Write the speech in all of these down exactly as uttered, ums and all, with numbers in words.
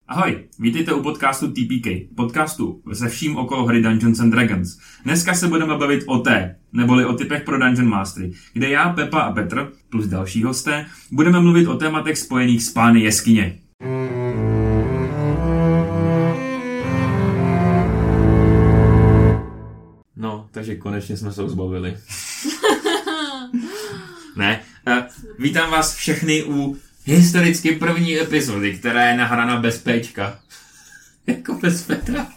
Ahoj, vítejte u podcastu T P K, podcastu se vším okolo hry Dungeons and Dragons. Dneska se budeme bavit o té, neboli o typech pro Dungeon Mastery, kde já, Pepa a Petr, plus další hosté, budeme mluvit o tématech spojených s pány jeskyně. No, takže konečně jsme se uzbavili. Ne, uh, vítám vás všechny u historicky první epizody, která je nahrána bez péčka. Jako bez Petra.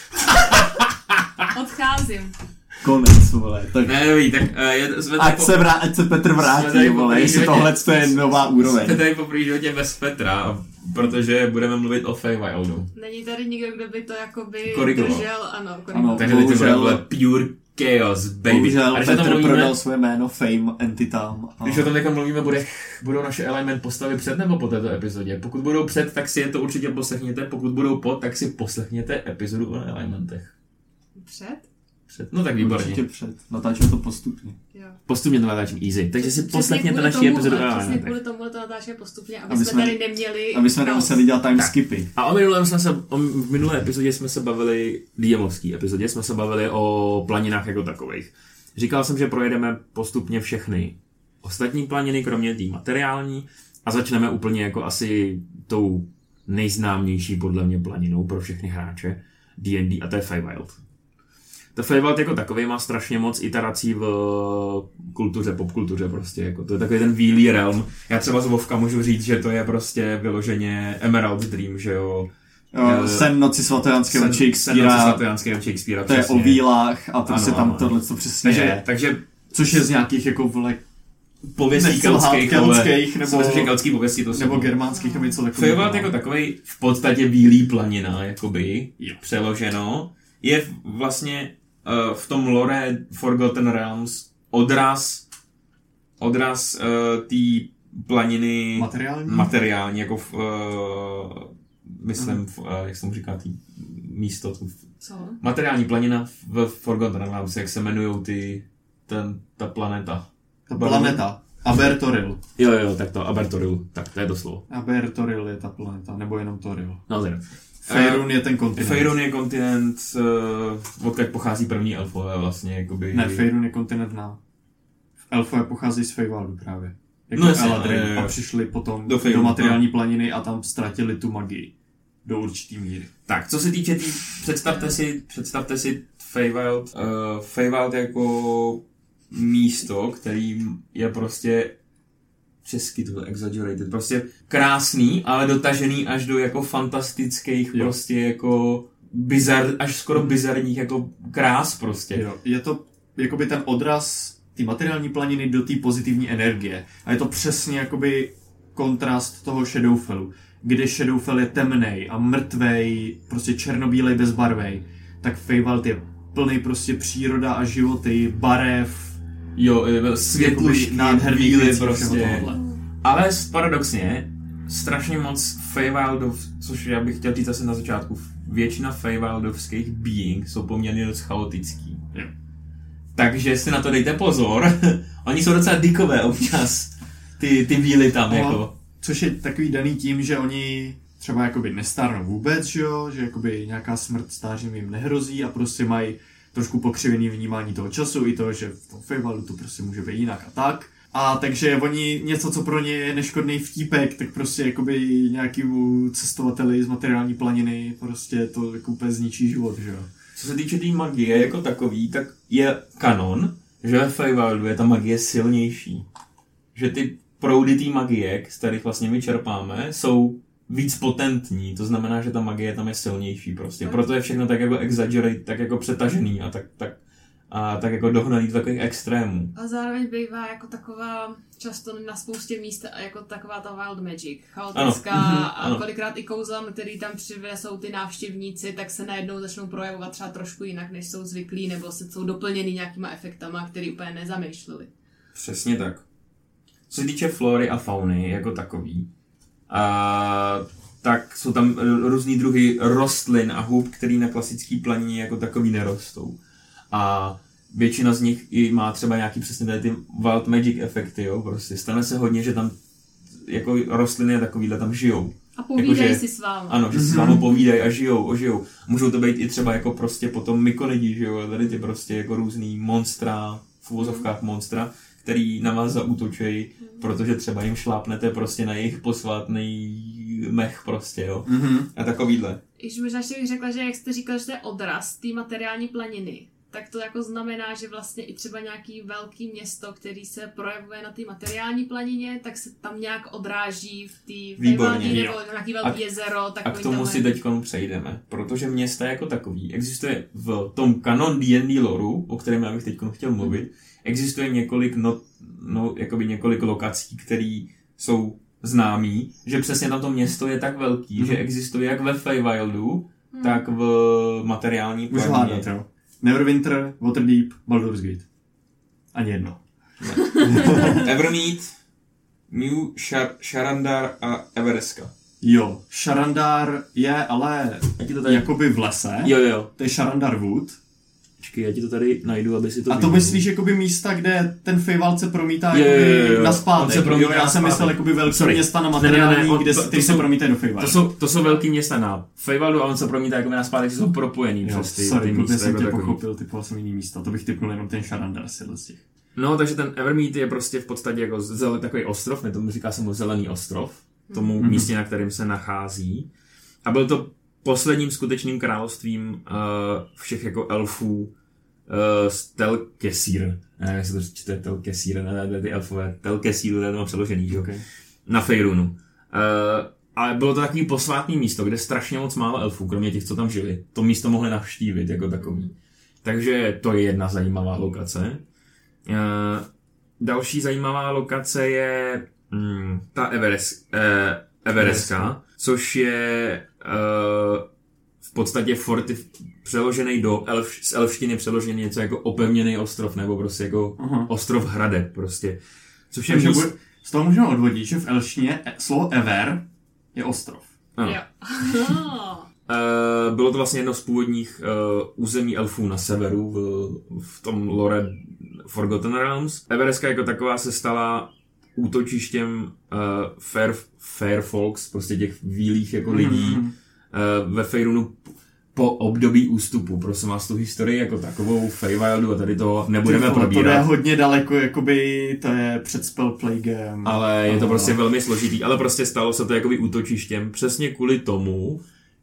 Odcházím. Konec, vole. Tak... Ne, dobrý, tak uh, je, jsme ať, po... se vrá, ať se Petr vrátí, vole, jestli tohle je nová úroveň. Jsme tady po první životě bez Petra, protože budeme mluvit o Feywildu. Není tady nikdo, kdo by to jakoby korigoval. držel, ano, korigoval. Ano, takže teď to bude pure chaos, baby. Bohužel Petr mluvíme, prodal své jméno Fame entitám. A... Když o tom teďka mluvíme, bude, budou naše element postavy před nebo po této epizodě. Pokud budou před, tak si je to určitě poslechněte, pokud budou po, tak si poslechněte epizodu o elementech. Před? Před? No tak výborně. Určitě před. Natáčím to postupně. Jo. Postupně to natáčím easy. Takže si Přesně poslechněte kvůli naši tomu, epizodu o Přesně elementech. kvůli tomu to natáčíme postupně, aby, Aby jsme jsme- tady neměli... Aby jsme nemuseli dělat time Tak. skipy. A o minulém jsme se, o, v minulé epizodě jsme se bavili, DMovský epizodě jsme se bavili o planinách jako takových. Říkal jsem, že projedeme postupně všechny ostatní planiny, kromě té materiální, a začneme úplně jako asi tou nejznámější podle mě planinou pro všechny hráče D and D, a to je Feywild. To Feywild jako takový má strašně moc iterací v kultuře, popkultuře prostě, jako to je takový ten výlý realm. Já třeba z Vovka můžu říct, že to je prostě vyloženě Emerald Dream, že jo. Jo, sen noci svatého Shakespearea, svatého Shakespearea, to je o vílách a prostě Ano, tam ano. tohle to přesně takže, je. takže Což je z nějakých jako vole pověstí nechci lhát, keltských, keltských, nebo- nebo keltský pověstí, to jsou. nebo germánských nebo něco takového. Feywild jako takovej v podstatě bílý planina, jakoby, Jo. přeloženo, je vlastně uh, v tom lore Forgotten Realms odraz odraz uh, té planiny Materiální? materiální, jako v, uh, myslím, v, uh, jak se mu říká, tý místo, tu, Co? materiální planina v Forgotten Realms, jak se jmenujou ty, ten, ta planeta. Ta planeta. Abertoril. Jo, jo, tak to, Abertoril, tak to je to slovo. Abertoril je ta planeta, nebo jenom Toril. No, zde. Faerun je ten kontinent. Faerun je kontinent, uh, odkud pochází první elfové vlastně, jakoby... Ne, Faerun je kontinent na... Elfové pochází z Feywildu právě. Jako No jasně, Eladrin. jo, jo. A přišli potom Do do, Faerunu, do materiální planiny a tam ztratili tu magii. Do určitý míry. Tak, co se týče tý, představte si, představte si Feywild, uh, Feywild jako místo, který je prostě česky to exaggerated, prostě krásný, ale dotažený až do jako fantastických, Jo. prostě jako bizar, až skoro bizarních jako krás prostě. Jo. Je to jakoby ten odraz té materiální planiny do té pozitivní energie. A je to přesně jakoby kontrast toho Shadowfellu. Kde Shadowfell je temnej a mrtvej, prostě černobílej, bezbarvej, tak Feywild je plný prostě příroda a životy, barev, Jo, světlušky, nádherný víly věcí, prostě. všeho tohohle. Ale paradoxně, strašně moc Feywildov, což já bych chtěl říct asi na začátku, většina Feywildovských being jsou poměrně dost chaotický. Jo. Takže si na to dejte pozor. Oni jsou docela dykové občas, ty, ty víly tam, No. jako. Což je takový daný tím, že oni třeba jakoby nestárnou vůbec, že jo, že jakoby nějaká smrt stářím jim nehrozí a prostě mají trošku pokřivený vnímání toho času i to, že v tom Feywildu to prostě může být jinak a tak. A takže oni něco, co pro ně je neškodný vtípek, tak prostě jakoby nějakýmu cestovateli z materiální planiny prostě to jako úplně zničí život, že jo. Co se týče té magie jako takový, tak je kanon, že ve Feywildu je ta magie silnější. Že ty proudy té magie, z kterých vlastně my čerpáme, jsou víc potentní, to znamená, že ta magie tam je silnější prostě. Proto je všechno tak jako exaggerate, tak jako přetažený a tak, tak, a tak jako dohnaný do takových extrémů. A zároveň bývá jako taková, často na spoustě míst, jako taková ta wild magic, chaotická Ano. a Ano. kolikrát i kouzla, který tam přivezou ty návštěvníci, tak se najednou začnou projevovat třeba trošku jinak, než jsou zvyklí, nebo se jsou doplněny nějakýma efektama, který úplně nezamýšleli. Přesně tak. Co se týče flory a fauny jako takový, a, tak jsou tam různý druhy rostlin a hub, který na klasický planině jako takový nerostou. A většina z nich i má třeba nějaký přesně tady ty wild magic efekty, jo, prostě stane se hodně, že tam jako rostliny a takovýhle tam žijou. A povídají Jakože- si s váma. Ano, že si s vámi povídají a žijou, ožijou. Můžou to být i třeba jako prostě potom mykonidi, že jo, a tady ty prostě jako různý monstra, v uvozovkách monstra, který na vás zaútočí, protože třeba jim šlápnete prostě na jejich posvátný mech prostě, jo. Mhm. A takovýhle. Když možná ještě bych řekla, že jak jste říkal, že to je odraz té materiální planiny, tak to jako znamená, že vlastně i třeba nějaký velký město, který se projevuje na té materiální planině, tak se tam nějak odráží v té Výborně, Feywaldi, nebo jo. nějaký velký A- jezero. A Takový k tomu tam si je- teďkon přejdeme, protože města jako takový existuje v tom kanon D and D loru, o kterém já bych teďkon chtěl mluvit, existuje několik, no, no, jakoby několik lokací, které jsou známý, že přesně tam to město je tak velký, Mhm. že existuje jak ve Feywildu, Hmm. tak v materiální Můžu planině. hádat, jo. Neverwinter, Waterdeep, Baldur's Gate. Ani jedno. Evermeet, Mew, Shar- Sharandar a Evereska. Jo, Sharandar je ale Já ti to tady... jakoby v lese. Jo, jo. To je Sharandar Wood. Počkej, já ti to tady najdu, aby si to A to viděl. myslíš jakoby místa, kde ten Feywild se promítá Jo, jakoby jo, jo, jo. na On zpátek. se promítá Jo, já na jsem myslel zpátek. jakoby velký Sorry. města na Ne, ne, ne, materiální, on- kde to- se, to který se jsou- promítají do Feywildu. To jsou, to jsou velký města na Feywildu a on se promítá jako na zpátek, že jsou propojený Jo, přes ty, sorry, ty protože místa. jsem Jako tě takový. pochopil, typoval jsem jiný místa. To bych typnul jenom ten Sharandar si z těch. No, takže ten Evermeet je prostě v podstatě jako zel, takový ostrov, ne tomu říká se mu zelený ostrov, tomu Mhm. místě, na kterém se nachází. A byl to posledním skutečným královstvím uh, všech jako elfů uh, z Tel-Kesir. Ne, jak se to čte Tel-Kesir, ne, ne, ty elfové. Tel-Kesir, to je to přeložený, že jo? Okay. Na Faerunu. Uh, ale bylo to takový posvátný místo, kde strašně moc málo elfů, kromě těch, co tam žili. To místo mohli navštívit jako takový. Takže to je jedna zajímavá lokace. Uh, další zajímavá lokace je mm, ta Everes, uh, Evereska, což je uh, v podstatě fortif, přeložený do elf, z elftiny přeložený něco jako opevněný ostrov, nebo prostě jako Aha. ostrov hradeb prostě. Což je Takže míst... bude, z toho můžeme odvodit, že v elštině e- slovo Ever je ostrov. Ano. Jo. Uh, bylo to vlastně jedno z původních uh, území elfů na severu v, v tom lore Forgotten Realms. Evereska jako taková se stala útočištěm uh, fair, fair folks, prostě těch bílých jako lidí Mhm. uh, ve Faerunu po období ústupu. Prosím vás, tu historii jako takovou Feywildu a tady to nebudeme Ty vole, to je probírat. hodně daleko, jakoby to je před Spellplagem. Ale je to A- prostě velmi složitý. Ale prostě stalo se to jakoby útočištěm přesně kvůli tomu,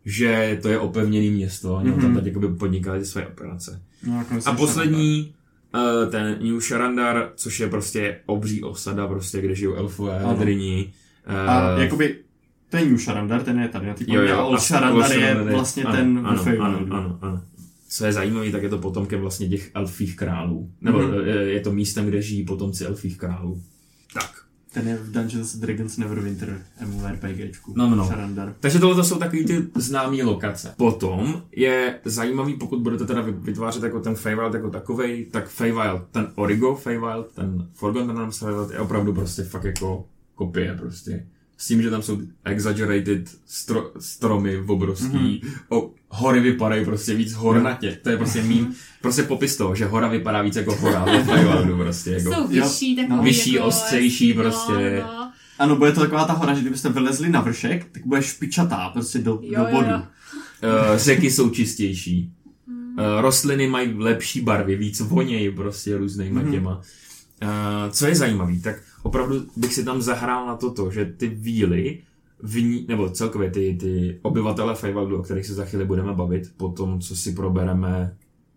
že to je opevněné město a oni Mhm. tam teď jakoby podnikali své operace. No, jako A myslím, poslední, uh, ten New Sharandar, což je prostě obří osada, prostě, kde žijou elfové, Ano. drini. Uh, A jakoby ten New Sharandar, ten je tady na ty jo, jo, a Old a Sharandar je Sharandar vlastně ano, ten ano, ve Feywildu. ano, ano, ano. Co je zajímavé, tak je to potomkem vlastně těch elfích králů. Nebo Mhm. je, je to místem, kde žijí potomci elfích králů. Tak. Ten je v Dungeons and Dragons Neverwinter MMORPGčku. No, no, no. Sharandar. Takže tohle jsou takový ty známé lokace. Potom je zajímavý, pokud budete teda vytvářet jako ten Feywild jako takovej, tak Feywild, ten Origo Feywild, ten Forgotten Realms Feywild je opravdu prostě fakt jako kopie prostě. S tím, že tam jsou exaggerated stro, stromy obrovský, mm-hmm. o, hory vypadají prostě víc hornatě. To je prostě mým, prostě popis toho, že hora vypadá víc jako hora ve Feywildu prostě. Jako. Jsou vyšší, Jo, takový no. Vyšší, jako, ostřejší no, prostě. No. Ano, bude to taková ta hora, že kdybyste vylezli na vršek, tak bude špičatá prostě do, Jo, do jo, bodu. jo. Uh, řeky jsou čistější. Uh, rostliny mají lepší barvy, víc vonějí prostě různýma Mhm. těma. Uh, co je zajímavý, tak opravdu bych si tam zahrál na toto, že ty víly, v ní, nebo celkově ty, ty obyvatele Feywildu, o kterých se za chvíli budeme bavit, po tom, co si probereme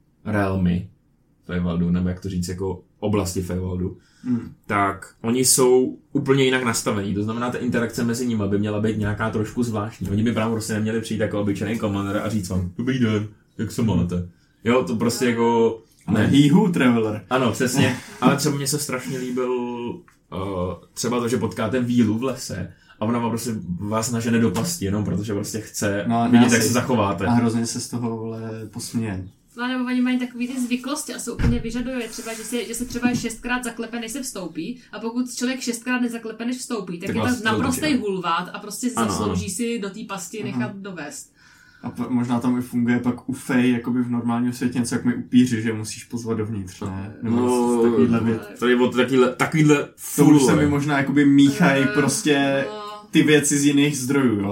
realmy Feywildu, nebo jak to říct, jako oblasti Feywildu, Hmm. tak oni jsou úplně jinak nastavení. To znamená, ta interakce mezi nimi by měla být nějaká trošku zvláštní. Oni by právě prostě neměli přijít jako obyčejný commander a říct vám, dobrý den, jak se máte. Jo, to prostě jako... Ne. He who traveler. Ano, přesně. Ale třeba mně se strašně líbil uh, třeba to, že potkáte vílu v lese a ona vám prostě vás nažene do pasti, jenom protože prostě chce No, vidět, ne, jak asi. se zachováte. A hrozně se z toho, vole, posměje. No nebo oni mají takový ty zvyklosti a jsou úplně vyžaduje třeba, že se, že se třeba šestkrát zaklepe, než se vstoupí a pokud člověk šestkrát nezaklepe, než vstoupí, tak, Tak je vás to naprostý rozhodí, hulvát a prostě Ano, zaslouží ano. si do té pasti Aha. nechat dovést. A p- možná tam i funguje pak u fej, jakoby v normálním světě něco, jak my upíři, že musíš pozvat dovnitř, ne? Nebo No, takovýhle věc. to je od takovýhle, takovýhle To už se full mi možná jakoby míchají Eh, prostě no. ty věci z jiných zdrojů, jo?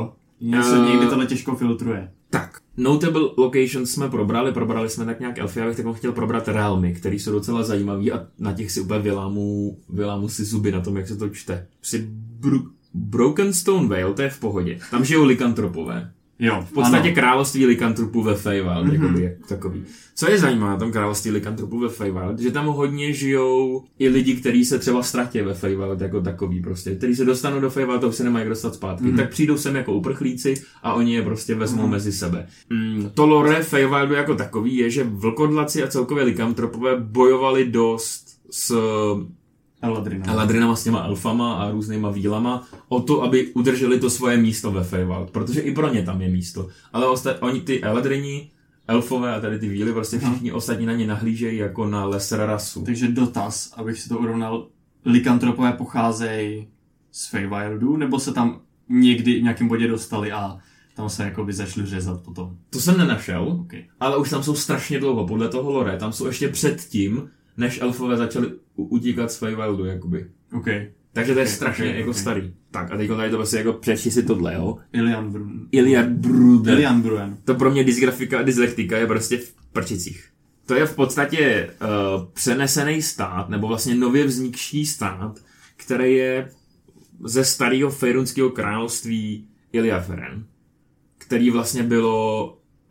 Něco Uh, někdy tohle těžko filtruje. Tak, notable locations jsme probrali, probrali jsme tak nějak elfy, já bych tak chtěl probrat realmy, které jsou docela zajímavý a na těch si úplně vylámu, vylámu si zuby na tom, jak se to čte. Si Bro- Brokenstone Vale, to je v pohodě. Tam žijou likantropové. Jo, V podstatě ano. království likantropů ve Feywild, Mhm. jakoby, jak takový. Co je zajímavé na tom království likantropů ve Feywild, že tam hodně žijou i lidi, kteří se třeba ztratí ve Feywild jako takový prostě, kteří se dostanou do Feywild a už se nemají dostat zpátky, Mhm. tak přijdou sem jako uprchlíci a oni je prostě vezmou Mhm. mezi sebe. Mm, to lore Feywildu jako takový je, že vlkodlaci a celkově likantropové bojovali dost s Eladrina. Eladrinama, s těma elfama a různýma vílama o to, aby udrželi to svoje místo ve Feywild, protože i pro ně tam je místo. Ale osta- oni ty Eladrini, elfové a tady ty víly, prostě všichni hmm. ostatní na ně nahlížejí jako na lesser rasu. Takže dotaz, abych si to urovnal, likantropové pocházejí z Feywildu, nebo se tam někdy v nějakém bodě dostali a tam se jakoby začali řezat potom? To jsem nenašel, Okay. ale už tam jsou strašně dlouho, podle toho lore, tam jsou ještě předtím, než elfové začali u- utíkat z Feywildu, jakoby. Okay. Takže to je Okay, strašně okay, jako okay. starý. Tak a teď tady to prostě jako přečti si tohle, jo. Ilian Brun. Iliad Bruder. Ilian Bruen. To pro mě dysgrafika a dyslektika je prostě v prčicích. To je v podstatě uh, přenesený stát, nebo vlastně nově vznikší stát, který je ze starého Fejrunského království Iliaferen, který vlastně bylo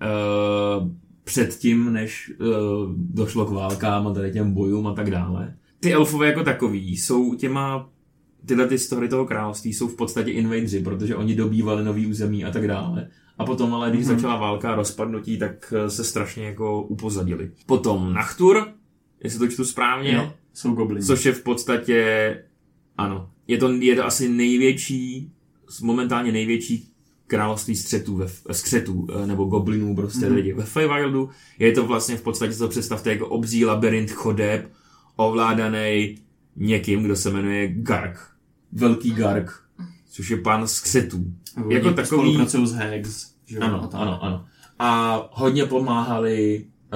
uh, předtím, než uh, došlo k válkám a tady těm bojům a tak dále. Ty elfové jako takový jsou těma, tyhle ty story toho království jsou v podstatě invadři, protože oni dobývali nový území a tak dále. A potom ale, když mm-hmm. začala válka a rozpadnutí, tak se strašně jako upozadili. Potom Nachtur, jestli to čtu správně, Jo, jsou goblini. což je v podstatě, ano, je to, je to asi největší, momentálně největší království střetů, ve, skřetů, nebo goblinů prostě mm-hmm. lidi ve Feywildu. Je to vlastně v podstatě, to představte jako obří labirint chodeb, ovládaný někým, kdo se jmenuje Garg. Velký Garg, což je pán skřetů. Nebo Jako jako takový... spolupracují s Hex. Že jo, Ano, a tak. ano, ano. A hodně pomáhali uh,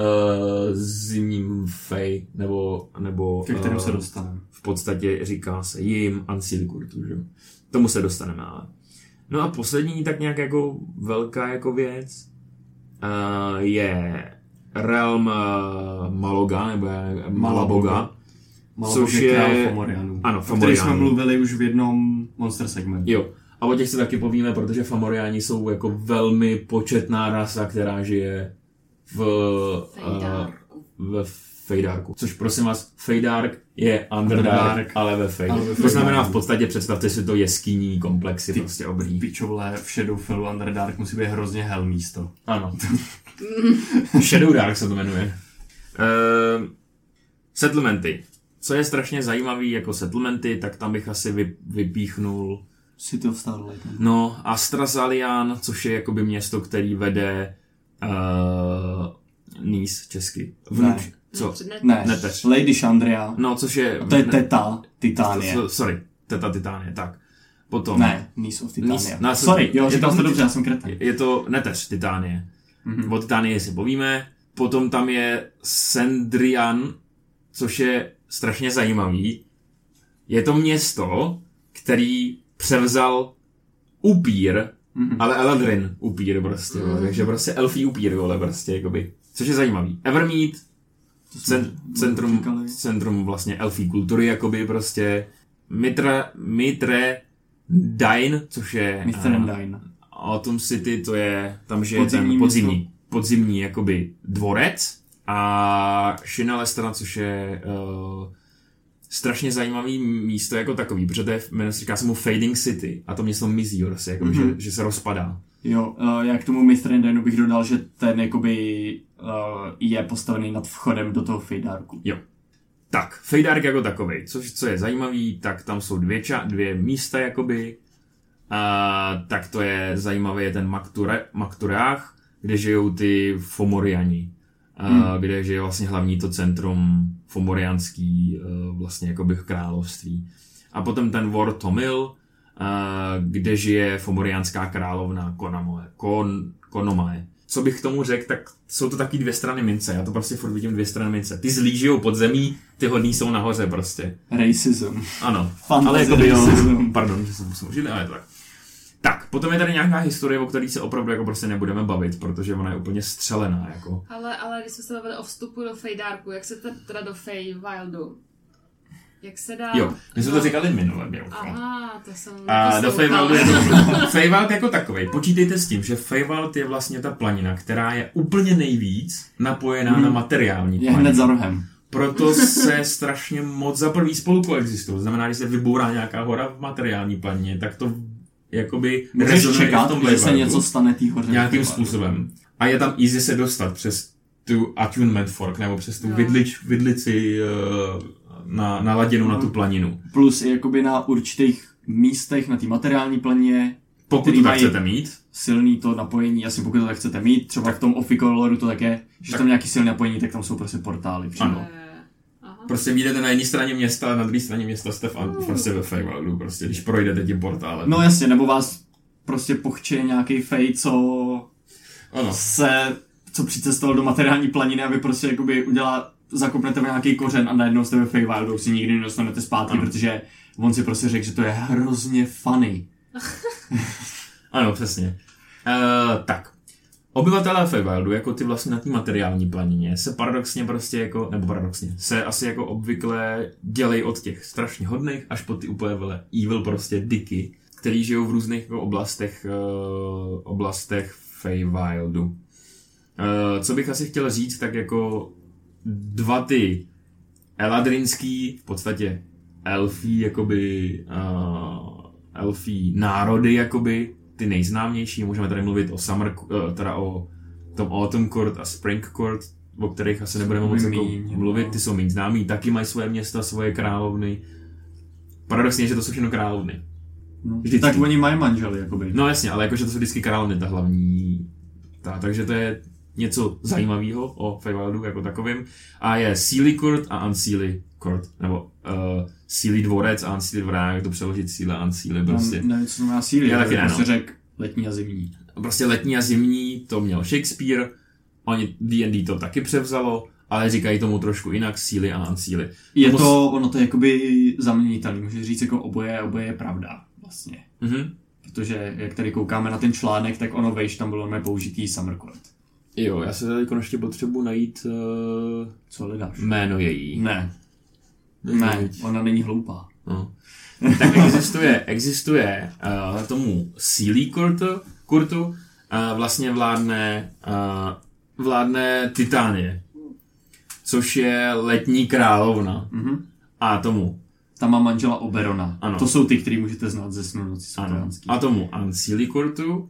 zimním fej, nebo, nebo Ke kterým uh, se dostaneme. v podstatě říká se jim Ancilikurtu, že? Tomu se dostaneme, ale. No a poslední tak nějak jako velká jako věc uh, je realm uh, Maloga, nebo je Malaboga, Malabog což je král je... Fomorianů. Ano, O kterých Fomorianů. jsme mluvili už v jednom Monster segmentu. Jo. A o těch si taky povíme, protože Fomoriani jsou jako velmi početná rasa, která žije v Fejdárku. Uh, ve Fejdárku. Což prosím vás, Fejdark je Underdark, Underdark. ale ve Fejd. Ale ve To Feyd. znamená v podstatě představte si to jeskyní komplexy, Ty prostě obrý. Pičovle v Shadowfellu Underdark musí být hrozně hell místo. Ano. Shadow Dark se to jmenuje. Uh, settlementy. Co je strašně zajímavý jako settlementy, tak tam bych asi vy, vypíchnul City of Starlight. no Astrasalian, což je jakoby město, který vede uh, Nys česky. Vnuč, Ne. co? Předne- Ne, Neteř. Lady Chandria. No, což je... To je teta Titánie. So- Sorry, teta Titánie, tak. Potom... Ne, Nice of Titánie. Nys- no, Sorry, jo, je říkal to- jsi to dobře, já jsem kreten. Je to Neteř Titánie. Mhm. O Titánie si povíme. Potom tam je Sendrian, což je strašně zajímavý. Je to město, který převzal upír, Mhm. ale Eladrin upír prostě, vole, takže prostě elfí upír, vole, prostě, jakoby. Což je zajímavý. Evermead, To jsme cen, centrum, říkali. centrum vlastně elfí kultury, jakoby prostě. Mitra, Mitre Dain, což je... mister Endine. Autumn City, to je, tam žije Podzimní ten podzimní, město. podzimní jakoby dvorec a Shinalestra, což je uh, strašně zajímavý místo jako takový, protože to je, jmenuje se, říká se mu Fading City a to město mizí, prostě, jakoby, Mhm. že, že se rozpadá. Jo, uh, já k tomu mister Endineu bych dodal, že ten jakoby uh, je postavený nad vchodem do toho Feydárku. Jo. Tak, Fejdark jako takovej, což, co je zajímavý, tak tam jsou dvě, ča, dvě místa jakoby, a tak to je zajímavé, je ten Makture, Maktureách, kde žijou ty Fomoriani, a Hmm. kde žije vlastně hlavní to centrum fomorianský uh, vlastně jakoby království. A potom ten War Tomil, uh, kde žije fomorianská královna Konamoe, Kon, Konomae. Co bych k tomu řekl, tak jsou to taky dvě strany mince. Já to prostě furt vidím dvě strany mince. Ty zlí žijou pod zemí, ty hodní jsou nahoře prostě. Racism. Ano. Fantasy ale jako by jo, racism. pardon, že jsem musel užít, ale je to tak. Tak, potom je tady nějaká historie, o které se opravdu jako prostě nebudeme bavit, protože ona je úplně střelená, jako. Ale, ale když jsme se bavili o vstupu do Feydarku, jak se teda do Feywildu? Jak se dá... Jo, my jsme to říkali minule, Bělko. Aha, to jsem A do Feywildu je to... Feywild jako takovej. Počítejte s tím, že Feywild je vlastně ta planina, která je úplně nejvíc napojená hmm. na materiální planinu. Je hned za rohem. Proto se strašně moc za prvý spolu koexistují. Znamená, když se vybourá nějaká hora v materiální planině, tak to jakoby můžeš čekat, že se něco stane tý hoře. Nějakým způsobem. A je tam easy se dostat přes tu attunement fork, nebo přes tu no. vidlič, vidlici uh, na, naladěnou no. na tu planinu. Plus i jakoby na určitých místech na té materiální planině, pokud to tak chcete mít. Silný to napojení, asi pokud to tak chcete mít, třeba tak. V tom Ophicoloru to také, že tak. Tam nějaký silné napojení, tak tam jsou prostě portály. Ano. Prostě vyjdete na jedné straně města a na druhé straně města jste v, uh. prostě ve Feywildu, prostě, když projdete tím portálem. No jasně, nebo vás prostě pochče nějaký fej, co ano. se, co přicestoval do materiální planiny a vy prostě jakoby udělá, zakopnete v nějaký kořen a najednou jste ve Feywildu, si nikdy nedostanete zpátky, ano. Protože on si prostě řekl, že to je hrozně funny. Ano, přesně. Uh, tak. Obyvatelé Feywildu, jako ty vlastně na té materiální planině, se paradoxně prostě jako, nebo paradoxně, se asi jako obvykle dělají od těch strašně hodných až po ty úplně vele evil prostě diky, který žijou v různých jako oblastech, uh, oblastech Feywildu. Uh, co bych asi chtěl říct, tak jako dva ty eladrinský, v podstatě elfí, jakoby, uh, elfí národy, jakoby, ty nejznámější, můžeme tady mluvit o Summer, teda o tom Autumn Court a Spring Court, o kterých asi nebudeme moc jako mluvit, ty jsou méně známí, taky mají svoje města, svoje královny. Paradoxně je, že to jsou všechno královny. No, tak oni mají manžely, jakoby. No jasně, ale jakože to jsou vždycky královny, ta hlavní. Ta, takže to je něco zajímavého o Feywildu jako takovým. A je Seelie Court a Unseelie Court, nebo uh, Seelie dvorec a Unseelie dvorec, jak to přeložit, Seelie a Unseelie, prostě. No, nevím, co znamená Seelie, já taky ne, prostě řek letní a zimní. Prostě letní a zimní, to měl Shakespeare, oni D and D to taky převzalo, ale říkají tomu trošku jinak, Seelie a Unseelie. Je to, to, ono to je jakoby zaměnitelný, můžeš říct jako oboje, oboje je pravda, vlastně. Mhm. Protože, jak tady koukáme na ten článek, tak ono vejš, tam bylo mé použitý Summer Court. Jo, já se tady konečně potřebuji najít uh, co hledáš? Jméno její. Ne. Ne, ona není hloupá. No. Tak existuje, existuje uh, tomu Seelie Courtu, Courtu uh, vlastně vládne, uh, vládne Titánie, což je letní královna. Mm-hmm. A tomu. Tam má manžela Oberona. Ano. To jsou ty, který můžete znát ze Snu noci světelánský. A tomu Unseelie Courtu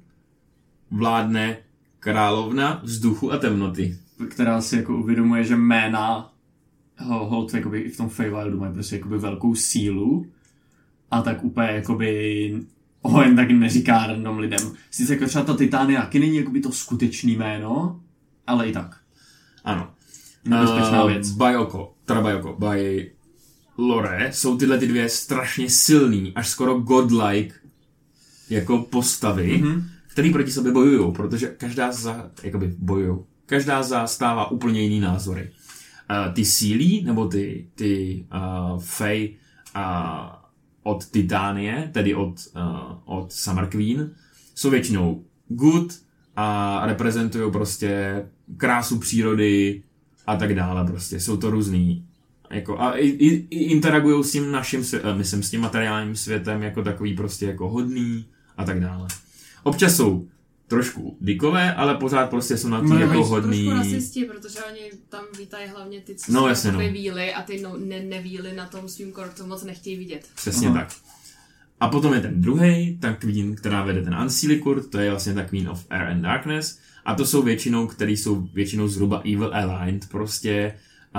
vládne královna vzduchu a temnoty. Která si jako uvědomuje, že jména hold jakoby i v tom Feywildu mají prostě jakoby velkou sílu a tak úplně jakoby ho jen tak neříká random lidem. Sice jako třeba ta Titánia taky není jakoby to skutečný jméno, ale i tak. Ano. Nebezpečná uh, věc. Bajoko, teda Bajoko, by lore jsou tyhle ty dvě strašně silný, až skoro godlike jako postavy, mm-hmm. který proti sobě bojujou, protože každá za, jakoby bojujou, každá zastává úplně jiný názory. Uh, ty Seelie, nebo ty, ty uh, Fey uh, od Titánie, tedy od, uh, od Summer Queen, jsou většinou good a reprezentují prostě krásu přírody a tak dále prostě. Jsou to různý. Jako, a i, i, i interagují s tím naším světem, myslím, s tím materiálním světem jako takový prostě jako hodný a tak dále. Občas jsou trošku dikové, ale pořád prostě jsou na tím jako hodný. Trošku rasisti, protože oni tam vítají hlavně ty, co no, jsou jasně, takové no. víly a ty no, ne, nevíly na tom svým kortu moc nechtějí vidět. Přesně Aha. tak. A potom je ten druhý, ta queen, která vede ten Unseelie Court, to je vlastně ta Queen of Air and Darkness. A to jsou většinou, který jsou většinou zhruba evil aligned prostě.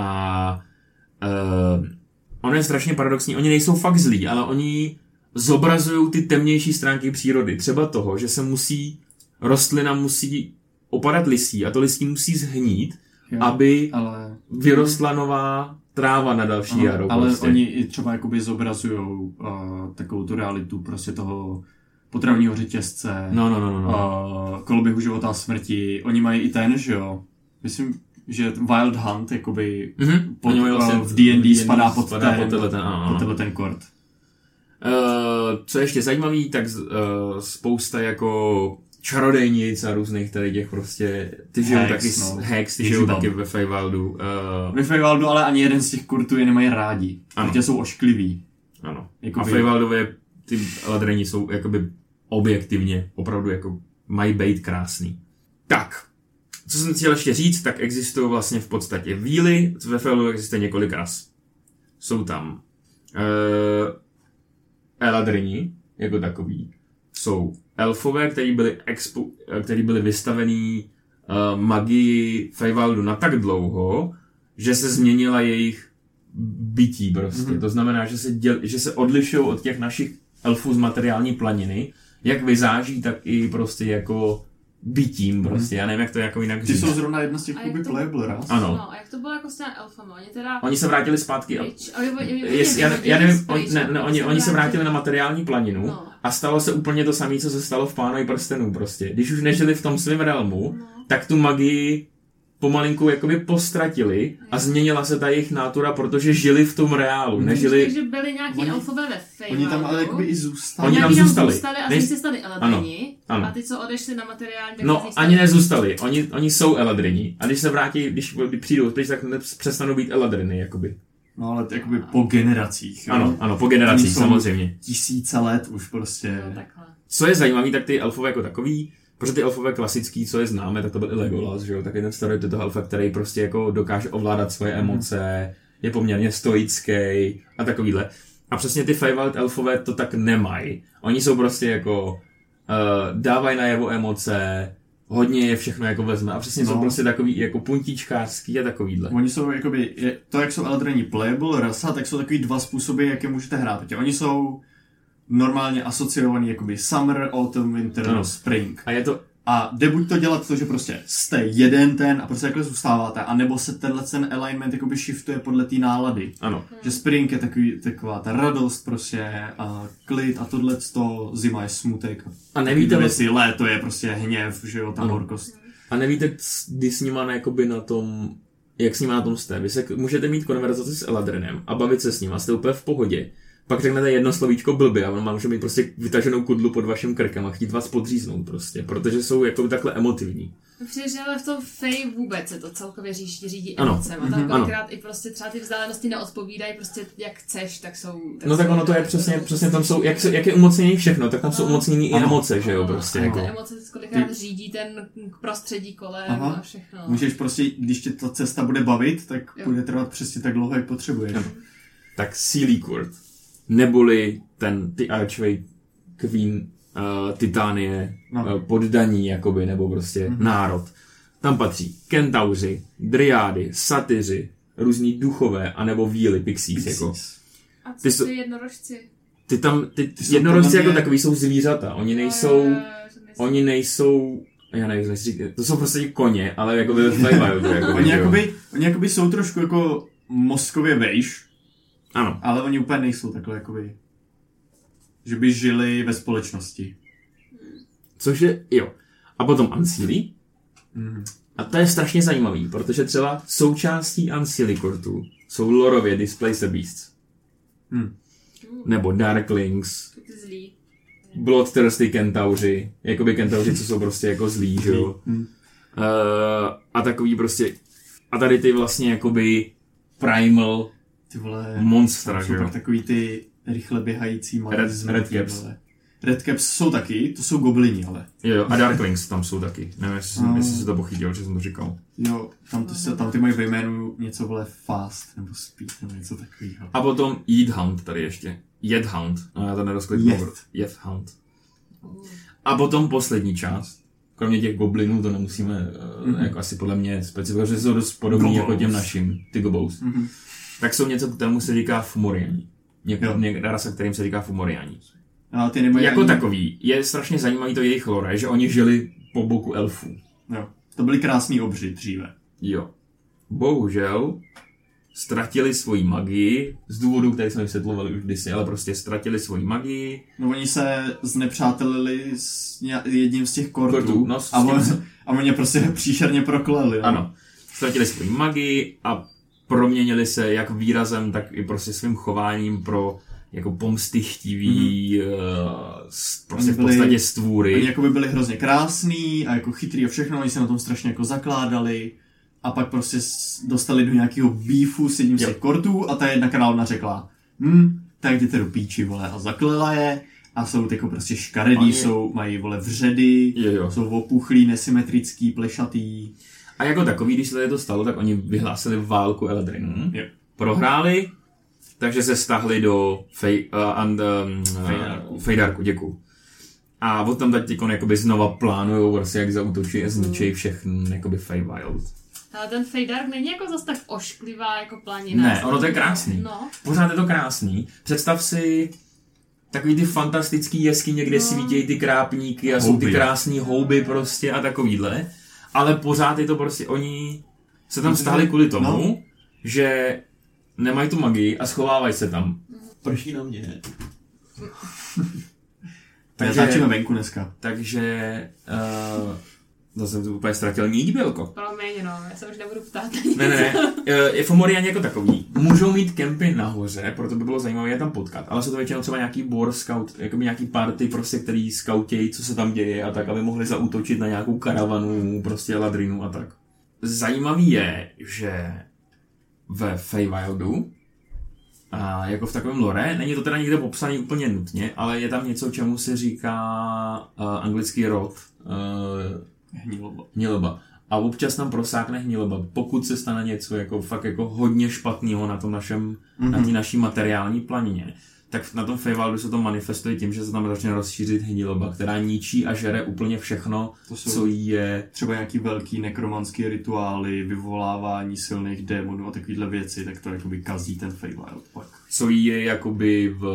A uh, ono je strašně paradoxní, oni nejsou fakt zlí, ale oni zobrazují ty temnější stránky přírody. Třeba toho, že se musí, rostlina musí opadat listí a to listí musí zhnít, jo, aby ale... vyrostla nová tráva na další jaro. Ale prostě. oni i třeba jakoby zobrazujou uh, takovou tu realitu prostě toho potravního řetězce, no, no, no, no, no. Uh, koloběhu života a smrti. Oni mají i ten, že jo, myslím, že Wild Hunt jakoby mm-hmm. pod, vlastně uh, v D and D spadá pod spadá ten, pod tenhle ten, pod tenhle ten kort. co je ještě zajímavý, tak uh, spousta jako čarodejnic a různých tady těch prostě, ty žijou Hex, taky, no. Hex, ty žijou taky ve Feywildu. Uh, Ve Feywildu ale ani jeden z těch kurtů je nemají rádi, Ano. protože jsou oškliví. ano. Jakoby- A Feywildové ty Eladrini jsou jakoby objektivně, opravdu jako mají být krásný. Tak, co jsem chtěl ještě říct, tak existují vlastně v podstatě víly, ve Feywildu existuje několik ras. Jsou tam uh, Eladrini, jako takový. Jsou elfové, kteří byli, expo, který byli vystavený uh, magii Feywildu na tak dlouho, že se změnila jejich bytí prostě. Mm-hmm. To znamená, že se, děl, že se odlišují od těch našich elfů z materiální planiny, jak vyzáží, tak i prostě jako bytím prostě. Já nevím, jak to jako jinak Ty říct. jsou zrovna jedna z těch A jak jakoby to- playable ras. Ano. No, a jak to bylo jako s těmi elfama? Oni teda... Oni se vrátili zpátky. A, pryč. A oni- oni- oni- jest, oni já, vyhodili já nevím, pryč, on, ne, ne, oni, oni se vrátili na materiální planinu No. a stalo se úplně to samé, co se stalo v Pánovi prstenů prostě. Když už nežili v tom svém realmu, No. tak tu magii pomalinku jakoby postratili a změnila se ta jejich nátura, protože žili v tom reálu, nežili... Takže byli nějaký Oni- elfové ve Feywildu. Oni tam ale jakoby i zůstali. Oni tam Nějaký zůstali. zůstali a z Nej- nich se stali Eladrini. Ano, ano. A ty, co odešli na materiální, tak z No, nich stali- ani nezůstali. Oni, oni jsou Eladrini. A když se vrátí, když přijdou pryč, tak ne- přestanou být Eladrini, jakoby. No ale jakoby po generacích. jo. Ano, ano, po generacích, Oni jsou samozřejmě. Tisíce let už prostě. No, takhle. Co je zajímavé, tak ty elfové jako takový, protože ty elfové klasický, co je známe, tak to byl i Legolas, že jo, tak je ten starý toho elfa, který prostě jako dokáže ovládat svoje emoce, je poměrně stoický a takovýhle. A přesně ty Feywild elfové to tak nemají. Oni jsou prostě jako, uh, dávají najevo emoce, hodně je všechno jako vezme a přesně No. jsou prostě takový jako puntíčkářský a takovýhle. Oni jsou jakoby, je, to jak jsou Eladrini playable rasa, tak jsou takový dva způsoby, jak je můžete hrát. Protože oni jsou normálně asociovaný jakoby summer, autumn, winter, Ano. spring. A je to, A jde buď to dělat to, že prostě jste jeden ten a prostě takhle zůstáváte, anebo se tenhle ten alignment jakoby shiftuje podle té nálady. ano, Že spring je takový, taková ta radost prostě a klid a tohle to, zima je smutek. a nevíte, věci, léto je prostě hněv, že jo, ta Ano. horkost. A nevíte, kdy s nima jakoby na tom, jak s nima na tom jste. Vy se můžete mít konverzaci s Eladrinem a bavit se s ním a jste úplně v pohodě. Pak řeknete jedno slovíčko blbě a on má může mít prostě vytaženou kudlu pod vaším krkem a chtít vás podříznout prostě, protože jsou jako takhle emotivní. Přijde, ale v tom Fey vůbec se to celkově řídí, řídí Ano. emocem. A tam Mhm. kolikrát i prostě třeba ty vzdálenosti neodpovídají prostě jak chceš, tak jsou... Tak No tak jsou ono to je jako přesně, jako přesně tam jsou, jak, se, jak je umocnění všechno, tak tam jsou Ano. umocnění i Ano. emoce, že jo, Ano, prostě a jako. ty emoce kolikrát řídí ten prostředí kolem Aha. a všechno. Můžeš prostě, když tě ta cesta bude bavit, tak Jo. bude trvat přesně tak dlouho, jak potřebuješ. Ano. Tak Sealycourt, neboli ten, ty Archway Queen uh, Titánie, No. uh, poddaní, jakoby, nebo prostě Mhm. národ. Tam patří kentauři, dryády, satyři, různý duchové, anebo víly, pixies, jako. A Ty co jsou- ty jednorožci? Ty tam, ty, Ty jsou jednorožci podle jako mě- takový jsou zvířata, oni nejsou, Jo, jo, jo, že nejsou- oni nejsou, já nevím, nechci říct, to jsou prostě koně, ale jako ve Feywildu, jako, Oni že jo. jakoby, oni jakoby jsou trošku jako mozkově vejš, Ano, ale oni úplně nejsou takhle jakoby, že by žili ve společnosti. což je, jo. A potom Ancílí, Mhm. a to je strašně zajímavý, protože třeba součástí Ancilicourtu jsou lorově Displacer Beasts, Hm. nebo Darklings, Ty zlí. Bloodthirsty kentauři, jakoby kentauři, co jsou prostě jako zlí, že jo. Hm. Uh, a takový prostě, a tady ty vlastně jakoby primal Ty vole, monstra, tam že jsou jo. pak takový ty rychle běhající malé Red- zmrky, Redcaps. vole. Redcaps jsou taky, to jsou goblini, ale. Jo, jo, a Darklings tam jsou taky. Nevím, jestli, No. no. jestli si to pochytil, že jsem to říkal. Jo, tam, to se, tam ty mají ve jménu něco vole fast, nebo speed, nebo něco takového. A potom Yeathound tady ještě. Jedhound. No já to nerozkliknu. Jed. Jedhound. A potom poslední část. Kromě těch goblinů to nemusíme, mm-hmm. Mhm. jako asi podle mě specifikovat, že jsou dost podobní Gobous. jako těm našim, ty gobous. Mhm. Tak jsou něco, kterému se říká Fumoriani. Něk, Jo. něk, rasa, kterým se říká Fumoriani. A ty nemají Jako ani- takový, je strašně zajímavý to jejich lore, že oni žili po boku elfů. Jo, to byli krásný obři dříve. Jo. Bohužel ztratili svoji magii, z důvodu, který jsme vysvětlovali už kdysi, ale prostě ztratili svoji magii. No oni se znepřátelili s ně- jedním z těch kortů, Kortů, no, s a, on, tím- a oni je prostě příšerně prokleli. No. Ano. Ztratili svoji magii a proměnili se jak výrazem, tak i prostě svým chováním pro jako pomstychtivý, mm. uh, prostě byli, v podstatě stvůry. Oni jako by byli hrozně krásný a jako chytrý a všechno, oni se na tom strašně jako zakládali a pak prostě dostali do nějakého beefu s jedním z těch kortů a ta jedna královna řekla, hm, tak jděte do píči, vole, a zaklela je a jsou jako prostě škaredý, oni... jsou, mají, vole, vředy, jo, jo. Jsou opuchlý, nesymetrický, plešatý. A jako takový, když se to stalo, tak oni vyhlásili válku Eladrinu. Jo. Prohráli, takže se stahli do Fej, uh, and, um, Fejdarku. Fejdarku, děkuju. A od tam teď jakoby znova plánujou, vlastně, jak zaútočí a zničí všechny jakoby Feywild. Ale ten Feydark není jako zase tak ošklivá jako planina. Ne, ono to je krásný. No. Pořád je to krásný. Představ si takový ty fantastický jeskyně, kde no. svítějí ty krápníky a houby. Jsou ty krásný houby prostě a takovýhle. Ale pořád je to prostě, oni se tam stáhli kvůli tomu, no. že nemají tu magii a schovávají se tam. Prší na mě. Takže začneme venku dneska. Takže uh, zase jsem to úplně ztratil níť, Bělko. Promiň, no, já se už nebudu ptát. Ne, ne, ne. Je Fomoriani jako takový. Můžou mít kempy nahoře, proto by bylo zajímavé je tam potkat, ale jsou to většinou třeba nějaký boar scout, jakoby nějaký party, prostě, který skautějí, co se tam děje a tak, aby mohli zaútočit na nějakou karavanu, prostě Eladrinu a tak. Zajímavý je, že ve Feywildu, a jako v takovém lore, není to teda nikde popsaný úplně nutně, ale je tam něco, čemu se říká uh, anglický rod. Uh, hniloba. hniloba. A občas tam prosákne hniloba, pokud se stane něco jako fakt jako hodně špatného na tom našem, mm-hmm. na té naší materiální planině, tak na tom Feywildu se to manifestuje tím, že se tam začne rozšířit hniloba, která ničí a žere úplně všechno, co jí je. Třeba nějaký velký nekromanský rituály, vyvolávání silných démonů a takovýhle věci, tak to jakoby kazí ten Feywild pak. Co jí je jakoby v...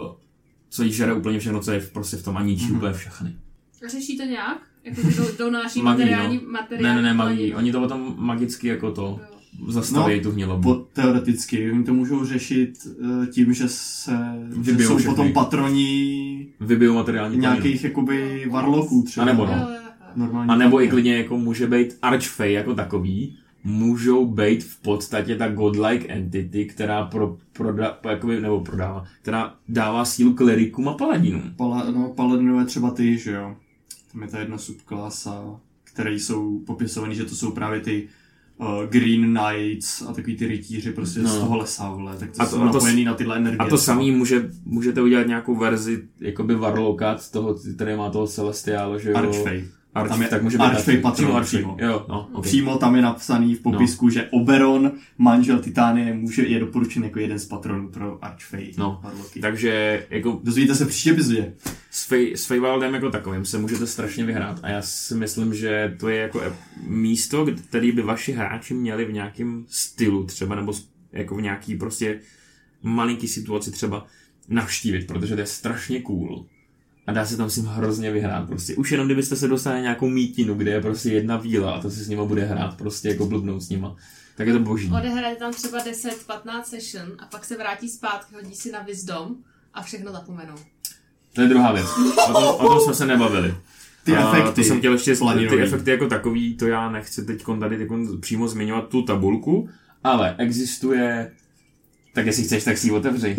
co jí žere úplně všechno, co je v, prostě v tom a ničí mm-hmm. úplně všechny. A řeší to nějak? Jako do, do naší materiální, no. materiální... Ne, ne, ne, magii. Oni to potom magicky jako to... Jo. Zastaví no, tu hnilobu. Teoreticky. Oni to můžou řešit uh, tím, že se že jsou všechny. Potom patroni vybijou materiální nějakých jakoby warlocků třeba. A nebo no. Normální a nebo i klidně jako může být Archfey jako takový. Můžou být v podstatě ta godlike entity, která pro, proda, jakoby, nebo prodává, která dává sílu klerikům a paladinům. Pala, no, paladinové třeba ty, že jo. Tam je ta jedna subklasa, které jsou popisovaný, že to jsou právě ty Uh, Green Knights a takový ty rytíři prostě no. z toho lesa, vole, tak to, a to jsou a napojený to, na tyhle energie. A to samý může, můžete udělat nějakou verzi jakoby Warlocka z toho, který má toho Celestial, že jo? Archfey. Arch, tam je tak může být Archfey patron přímo. Jo, no, okay. Přímo tam je napsaný v popisku, no. že Oberon, manžel Titánie, může, je doporučen jako jeden z patronů pro Archfey. No, takže jako... Dozvíte se příště epizodě. S, Fey, s Feywildem jako takovým se můžete strašně vyhrát a já si myslím, že to je jako místo, který by vaši hráči měli v nějakém stylu třeba, nebo jako v nějaký prostě malinký situaci třeba navštívit, protože to je strašně cool. A dá se tam s ním hrozně vyhrát prostě. Už jenom kdybyste se dostali na nějakou mítinu, kde je prostě jedna víla a to si s nima bude hrát prostě jako blbnout s nima. Tak je to boží. Odehraje tam třeba deset patnáct session a pak se vrátí zpátky, hodí si na wisdom a všechno zapomenou. To je druhá věc. O tom, o tom jsme se nebavili. Ty a efekty. To jsem chtěl ještě, ty efekty jako takový, to já nechci teď tady teď přímo zmiňovat tu tabulku, ale existuje, tak jestli chceš, tak si ji otevři.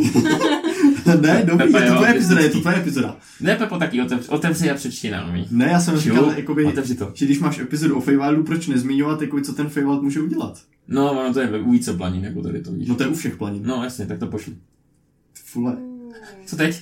Ne, dobrý, Pepa, je to tvoje epizoda, je to tvoje epizoda. Ne, Pepo, taky otevři, otevři a přečti nám ji. Ne, já jsem říkal, jakoby, to. že když máš epizodu o Feywildu, proč nezmiňovat, jakoby, co ten Feywild může udělat? No, ono to je u více planin, jako tady to víš. No to je u všech planin. No jasně, tak to pošli. Fule. Co teď?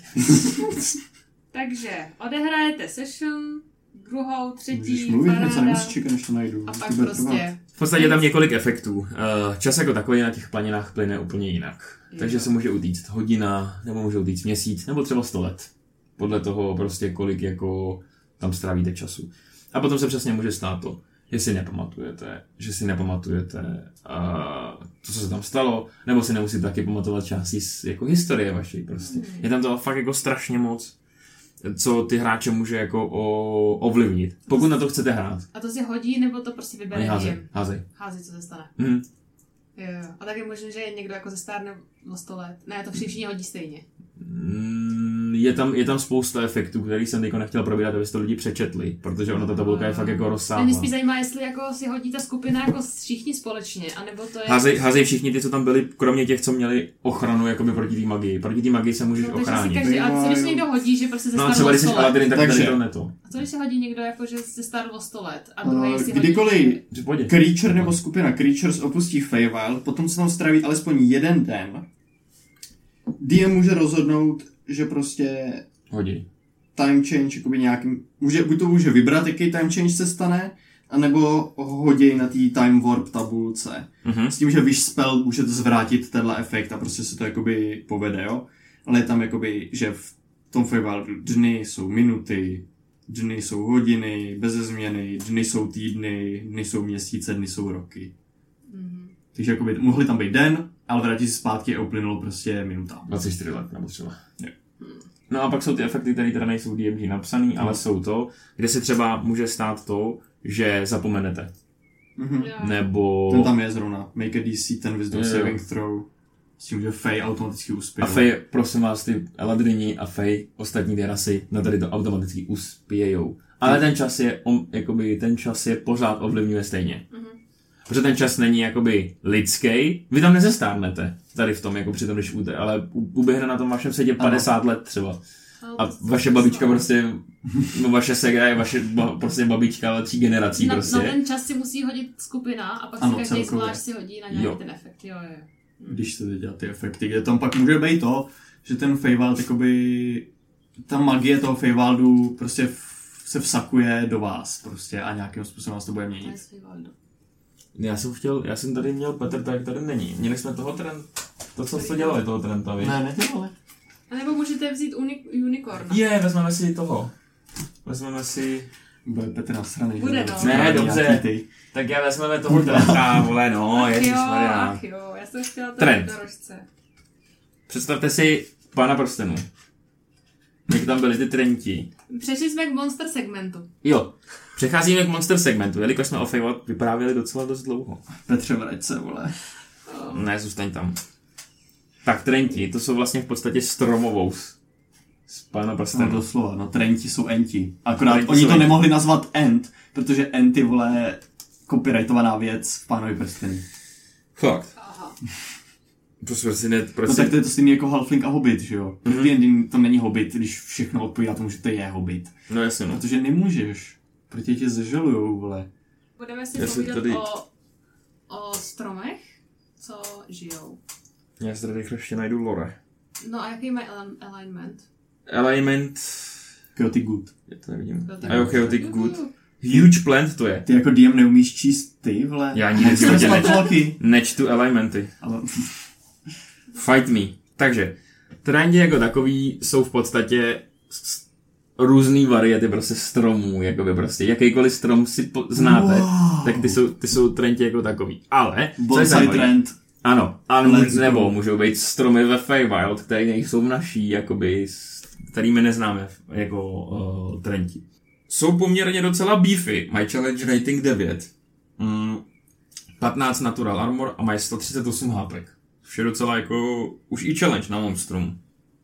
Takže odehrajete session, druhou, třetí, můžeš mluvit, paráda. Nemusíš čekat, než to najdu. A pak prostě... V podstatě je tam několik efektů. Čas jako takový na těch planinách plyne úplně jinak. Jo. Takže se může utíct hodina, nebo může utíct měsíc, nebo třeba sto let. Podle toho prostě kolik jako tam strávíte času. A potom se přesně může stát to, že si nepamatujete, že si nepamatujete uh, to, co se tam stalo, nebo si nemusíte taky pamatovat části z jako historie vaší prostě. Hmm. Je tam to fakt jako strašně moc, co ty hráče může jako o, ovlivnit, pokud na to chcete hrát. A to si hodí, nebo to prostě vybere házej, házej. Házej, co se stane. Hmm. Jo, jo. A tak je možné, že je někdo jako ze stárne o sto let. Ne, to všichni hodí stejně. Mm, je tam, je tam spousta efektů, který jsem teďko nechtěl probírat, aby to lidi přečetli, protože ono ta tabulka je fakt jako rozsáhlá. Mě spíš zajímá, jestli jako si hodí ta skupina jako všichni společně, anebo to je... Házej, házej všichni ty, co tam byli, kromě těch, co měli ochranu jakoby proti té magii. Proti té magii se můžeš no, ochránit. Takže si každý, a co když někdo hodí, že prostě ze No a Star třeba když jsi sto let? Paladin, tak Takže. tady to neto. A co když se hodí někdo jako, že ze Star o sto let a druhý si hodí... Kdykoliv Pojď. creature nebo skupina creatures opustí Feywild, potom se tam straví alespoň jeden den, D M může rozhodnout, že prostě Hodí. time change jakoby nějakým, může, buď to může vybrat, jaký time change se stane, anebo hodí na té time warp tabulce. Mhm. S tím, že vyš spell může to zvrátit tenhle efekt a prostě se to jakoby povede, jo. Ale je tam jakoby, že v tom Feywildu dny jsou minuty, dny jsou hodiny, beze změny, dny jsou týdny, dny jsou měsíce, dny jsou roky. Mhm. Takže jakoby mohli tam být den, ale vrátit se zpátky a uplynulo prostě minuta. dvacet čtyři let nebo třeba. Jo. No a pak jsou ty efekty, které teda nejsou D M G napsaný, ale jsou to, kde se třeba může stát to, že zapomenete. Mhm. Jo. Nebo... Ten tam je zrovna. Make a D C ten wisdom Jo. saving throw. S tím, že Fey automaticky uspěje. A Fey, prosím vás, ty Eladrini a Fey, ostatní ty rasy, na tady to automaticky uspějou. Ale ten čas je, on, jakoby, ten čas je pořád ovlivňuje stejně. Mhm. Protože ten čas není jakoby lidský, vy tam nezestárnete tady v tom, jako při tom, když ujde, ale u- uběhne na tom vašem světě padesát let třeba. A vaše babička prostě, no vaše segra je vaše ba, prostě babička, ale tří generací na, prostě. na ten čas si musí hodit skupina a pak Ano, si každý celkově. zvlášť si hodí na nějaký Jo. ten efekt. Jo, jo. Když se dělá ty efekty, kde tam pak může být to, že ten Feywild, jakoby, ta magie toho Feywildu prostě v, se vsakuje do vás prostě a nějakým způsobem vás to bude měnit. Nice Feywild. Já jsem chtěl, já jsem tady měl Petr, tak tady není. Měli jsme toho trend, to co jste dělali, toho trenda, vy. Ne, nedělali. A nebo můžete vzít uni- unicorna. Je, vezmeme si toho. Vezmeme si... Bude Petr nasraný. Bude, že? no. Ne, Nějaký dobře. ty. Tak já vezmeme toho trenda, vole, no, ach jo, ježišmarja. ach jo, já jsem chtěla to Trend. na rožce. Představte si Pána prstenů. Jak tam byli ty trenti. Přešli jsme k monster segmentu. Jo, přecházíme k monster segmentu, jelikož jsme o Feywild vyprávěli docela dost dlouho. Petře, vrať se, vole. Ne, zůstaň tam. Tak trenti, to jsou vlastně v podstatě stromovou z, z Pána No prstenů. doslova, no trenti jsou enti. Akorát Trenti oni jsou to enti. nemohli nazvat ent, protože enty, vole, copyrightovaná věc v Pánovi prsteny. Fakt. Aha. To se prostě ne, No prostě... tak to je to stejný jako Halfling a Hobbit, že jo? Mhm. Mm-hmm. To není Hobbit, když všechno odpovídá tomu, že to je Hobbit. No jasně, no. Protože nemůžeš. Protože tě zeželujou, vole. Budeme si Já si povídat tady- o, o stromech, co žijou. Já si tady rychle ještě najdu lore. No a jaký mají al- alignment? Alignment... Chaotic good. Já to nevidím. Chaotic A jo, good. Chaotic good. Huge plant to je. Ty jako D M neumíš číst ty, vole. Já nikdy Ty v životě máš neč- tlky. Nečtu alignmenty. Ale Fight me. Takže, trendy jako takový jsou v podstatě s- různý variety prostě stromů, jakoby prostě. Jakýkoliv strom si po- znáte, Wow. tak ty jsou, ty jsou trendy jako takový. Ale, co je bonsai zajímavý, trend. ano, ale Let's nebo go. můžou být stromy ve Feywild, které nejsou v naší, jakoby, s- kterými neznáme jako uh, trendi. Jsou poměrně docela beefy, mají challenge rating devět, mm, patnáct natural armor a mají sto třicet osm hápek. Vše docela jako už i challenge na monstrum.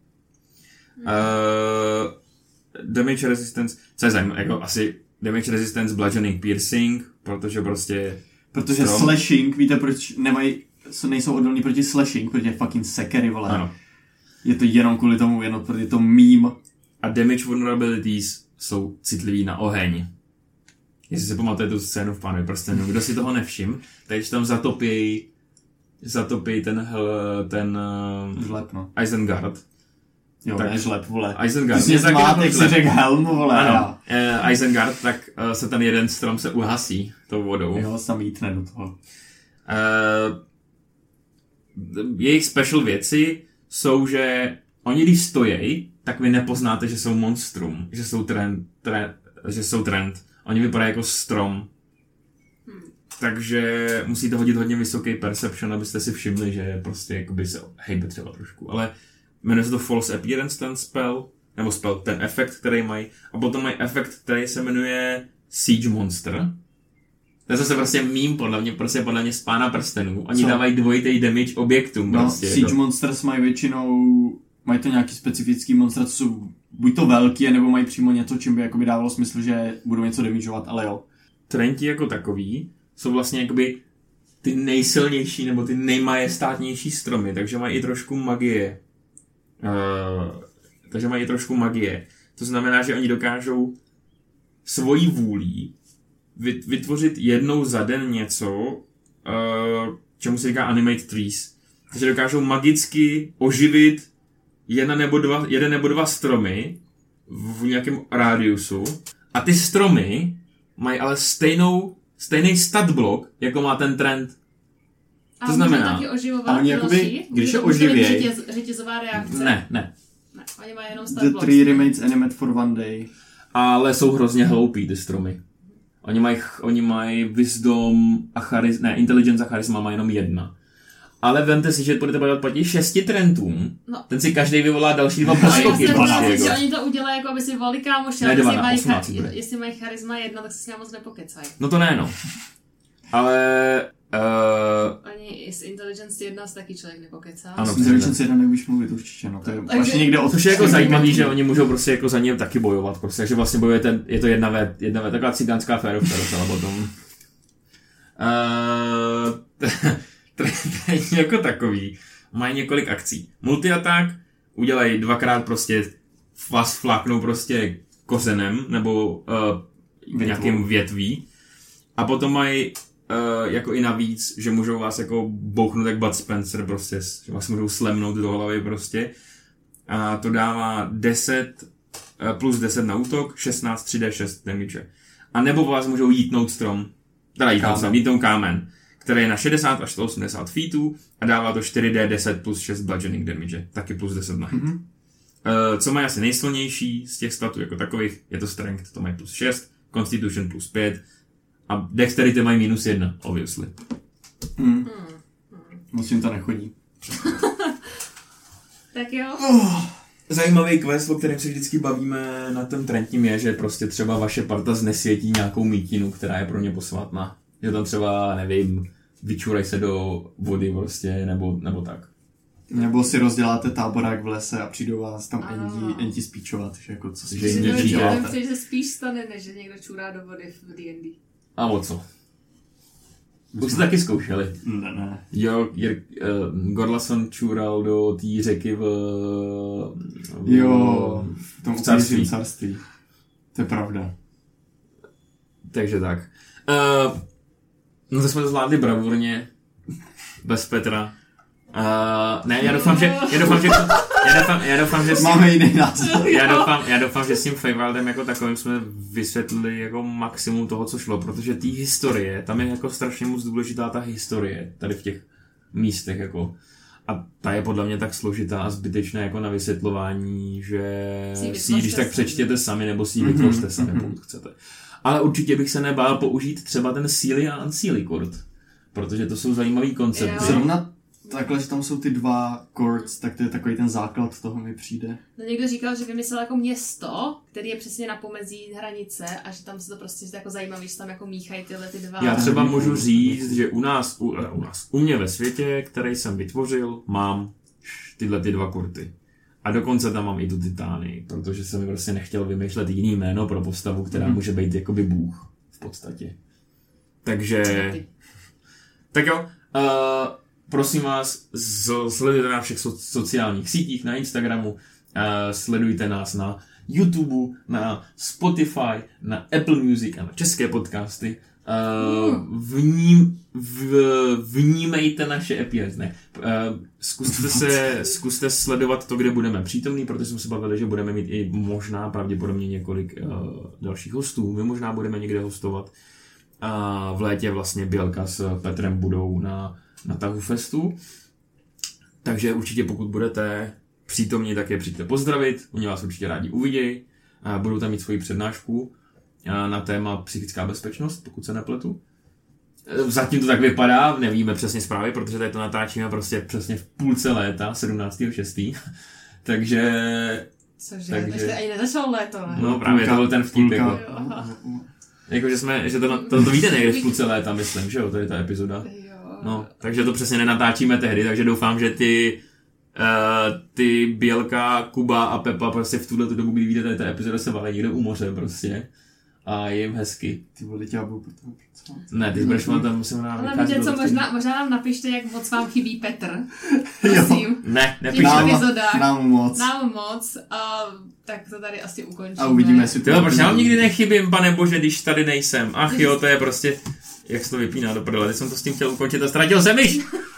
Uh, damage resistance, co je zajímavé, jako asi damage resistance, bludgeoning, piercing, protože prostě Protože Strom. slashing, víte proč nemají, nejsou odolní proti slashing, protože fucking sekery, vole. ano. Je to jenom kvůli tomu, jenom protože je to meme. A damage vulnerabilities jsou citliví na oheň. Jestli si pamatujete tu scénu v Pánovi prstenů, kdo si toho nevšim, takže tam zatopí zatopí ten, hl- ten uh, Žlep, no. Isengard. Jo, Tak- ne žlep, vole. Isengard. Ty jsi mě taky zmát, to jak jsi žlep. řekl helm, vole. Ano, uh, Isengard, tak uh, se ten jeden strom se uhasí tou vodou. Jo, sam jítne do toho. Uh, jejich special věci jsou, že oni když stojí, tak vy nepoznáte, že jsou monstrum, že jsou trend, trend, že jsou trend. Oni vypadají jako strom. Takže musíte hodit hodně vysoký perception, abyste si všimli, že prostě jakoby se hejbe třeba trošku. Ale jmenuje se to False Appearance, ten spell, nebo spell, ten efekt, který mají. A potom mají efekt, který se jmenuje Siege Monster. To je zase prostě meme, podle mě, prostě podle mě z Pána prstenů. Oni Co? dávají dvojitý damage objektům. No, prostě, Siege jako. Monsters mají většinou mají to nějaký specifický monstra, co jsou buď to velký, nebo mají přímo něco, čím by jakoby dávalo smysl, že budou něco damageovat, ale jo. Trenti jako takový jsou vlastně jakoby ty nejsilnější nebo ty nejmajestátnější stromy, takže mají i trošku magie. Uh, takže mají i trošku magie. To znamená, že oni dokážou svojí vůlí vytvořit jednou za den něco, uh, čemu se říká animate trees. Takže dokážou magicky oživit jedna nebo dva, jeden nebo dva stromy v nějakém rádiusu. A ty stromy mají ale stejnou, stejný stat blok, jako má ten trend. A to znamená, taky oživovat a oni další? jakoby, když je Může to být oživěj- řetěz, řetězová reakce? Ne, ne. Ne, oni mají jenom stat The blocks, tree ne? remains animate for one day. Ale jsou hrozně hloupí ty stromy. Oni mají, oni mají wisdom a charisma, ne, intelligence a charisma má jenom jedna. Ale vemte si, že budete bojovat proti šesti trendům, No. ten si každý vyvolá další dva Ale já poskoky. jsem prostě, chtěla říct, že jako. oni to udělají, jako aby si volili kámoše, Ne, ale jestli dva, mají, osmnáct cha- bude. jestli mají charisma jedna, tak se s ním moc nepokecají. No to ne, no. Ale... Uh, Ani s Intelligence jedna se taky člověk nepokecá. Ano. S Intelligence jedna nebudeš mluvit určitě, no to je Takže- vlastně někde od... což je jako zajímavý, že oni můžou prostě jako za ně taky bojovat. Prostě, takže vlastně bojujete, je to jedna ve, jedna ve, taková cigánská férovka docela potom. Uh, jako takový. Mají několik akcí. Multi-attack udělají dvakrát prostě vás fláknou prostě kořenem nebo uh, nějakým větví. A potom mají uh, jako i navíc, že můžou vás jako bouchnout jak Bud Spencer prostě, že vás můžou slemnout do hlavy prostě. A to dává deset uh, plus deset na útok, šestnáct tři dé šest damage. A nebo vás můžou jítnout strom, teda jítnout strom, jítnout kámen, který je na šedesát až sto osmdesát feetů a dává to čtyři dé deset plus šest bludgeoning damage, taky plus deset na hit. Mm-hmm. Uh, co mají asi nejsilnější z těch statů jako takových, je to strength, to mají plus šest, constitution plus pět a dexterity mají minus jedna, obviously. Hmm. Hmm. Moc jim to nechodí. Tak jo. Oh, zajímavý quest, o kterém se vždycky bavíme na tom trendním je, že prostě třeba vaše parta znesvětí nějakou mítinu, která je pro ně posvátná. Že tam třeba, nevím, vyčurej se do vody prostě, nebo, nebo tak. Nebo si rozděláte táborák v lese a přijdou vás tam Ano. enti, enti spíčovat, že jako co si Že že někdy někdy děláte. Myslím, že se spíš stane, než že někdo čurá do vody v D and D. A o co? Už jste taky zkoušeli. Ne, ne. Jo, Jir, uh, Gorlason čural do té řeky v, v... Jo, v tom v carství. carství. carství. To je pravda. Takže tak. Uh, no to jsme to zvládli bravurně. Bez Petra. Uh, ne, já doufám, že... Já doufám, že... Já doufám, já doufám, že s tím, Máme jiný názor. já doufám, já doufám, že s tím Feywaldem jako takovým jsme vysvětlili jako maximum toho, co šlo, protože té historie, tam je jako strašně moc důležitá ta historie, tady v těch místech, jako. A ta je podle mě tak složitá a zbytečná jako na vysvětlování, že Si ji si ji když tak vytvořte přečtěte sami, nebo si ji Mhm, vytvořte sami, mhm. pokud chcete. Ale určitě bych se nebál použít třeba ten Sealy a Unsealy kurt, protože to jsou zajímavý koncepty. Jo. Zrovna takhle, že tam jsou ty dva chords, tak to je takový ten základ toho mi přijde. No někdo říkal, že vymyslel jako město, který je přesně na pomezí hranice a že tam se to prostě jako zajímavý, že tam jako míchají tyhle ty dva. Já třeba můžu říct, že u nás, u, eh, u nás, u mě ve světě, který jsem vytvořil, mám tyhle ty dva kurty. A dokonce tam mám i tu Titány, protože jsem mi prostě nechtěl vymýšlet jiný jméno pro postavu, která Mhm. může být jakoby bůh v podstatě. Takže... Tak jo, uh, prosím vás, z- sledujte nás na všech so- sociálních sítích, na Instagramu, uh, sledujte nás na YouTube, na Spotify, na Apple Music a na české podcasty. Uh, vním, v, vnímejte naše epizody. Ne. Uh, zkuste, se, zkuste sledovat to, kde budeme přítomní, protože jsme se bavili, že budeme mít i možná pravděpodobně několik uh, dalších hostů. My možná budeme někde hostovat. A v létě vlastně Bělka s Petrem budou na, na Tahu Festu. Takže určitě pokud budete přítomní, tak je přijďte pozdravit. Oni vás určitě rádi uvidějí. A budou tam mít svoji přednášku na téma psychická bezpečnost, pokud se nepletu. Zatím to tak vypadá, nevíme přesně zprávy, protože tady to natáčíme prostě přesně v půlce léta, sedmnáctého šestého Takže... Cože, Takže- ještě ani nezačalo léto, ne? No právě, to byl ten vtip. Půlka, Jako, Jo. jako že, jsme, že to, to, to víte někde v půlce léta, myslím, že jo, to je ta epizoda. Jo. No, takže to přesně nenatáčíme tehdy, takže doufám, že ty ty Bělka, Kuba a Pepa prostě v tuhle dobu, kdy vyjde ta epizoda, se valí někde u moře prostě. A je jim hezky. Ty vole, já budu pro toho pracovat. Ne, ty budeš tam musím nám ale víte co, možná, možná nám napište, jak moc vám chybí Petr. Prosím. Ne, V těch nepište. epizodách. Nám moc. Nám moc. A tak to tady asi ukončíme. A uvidíme, jestli Tyhle, proč já vám nikdy nechybím, pane bože, když tady nejsem. Ach jo, to je prostě, jak se to vypíná do prdele. Teď jsem to s tím chtěl ukončit a ztratil jsem již.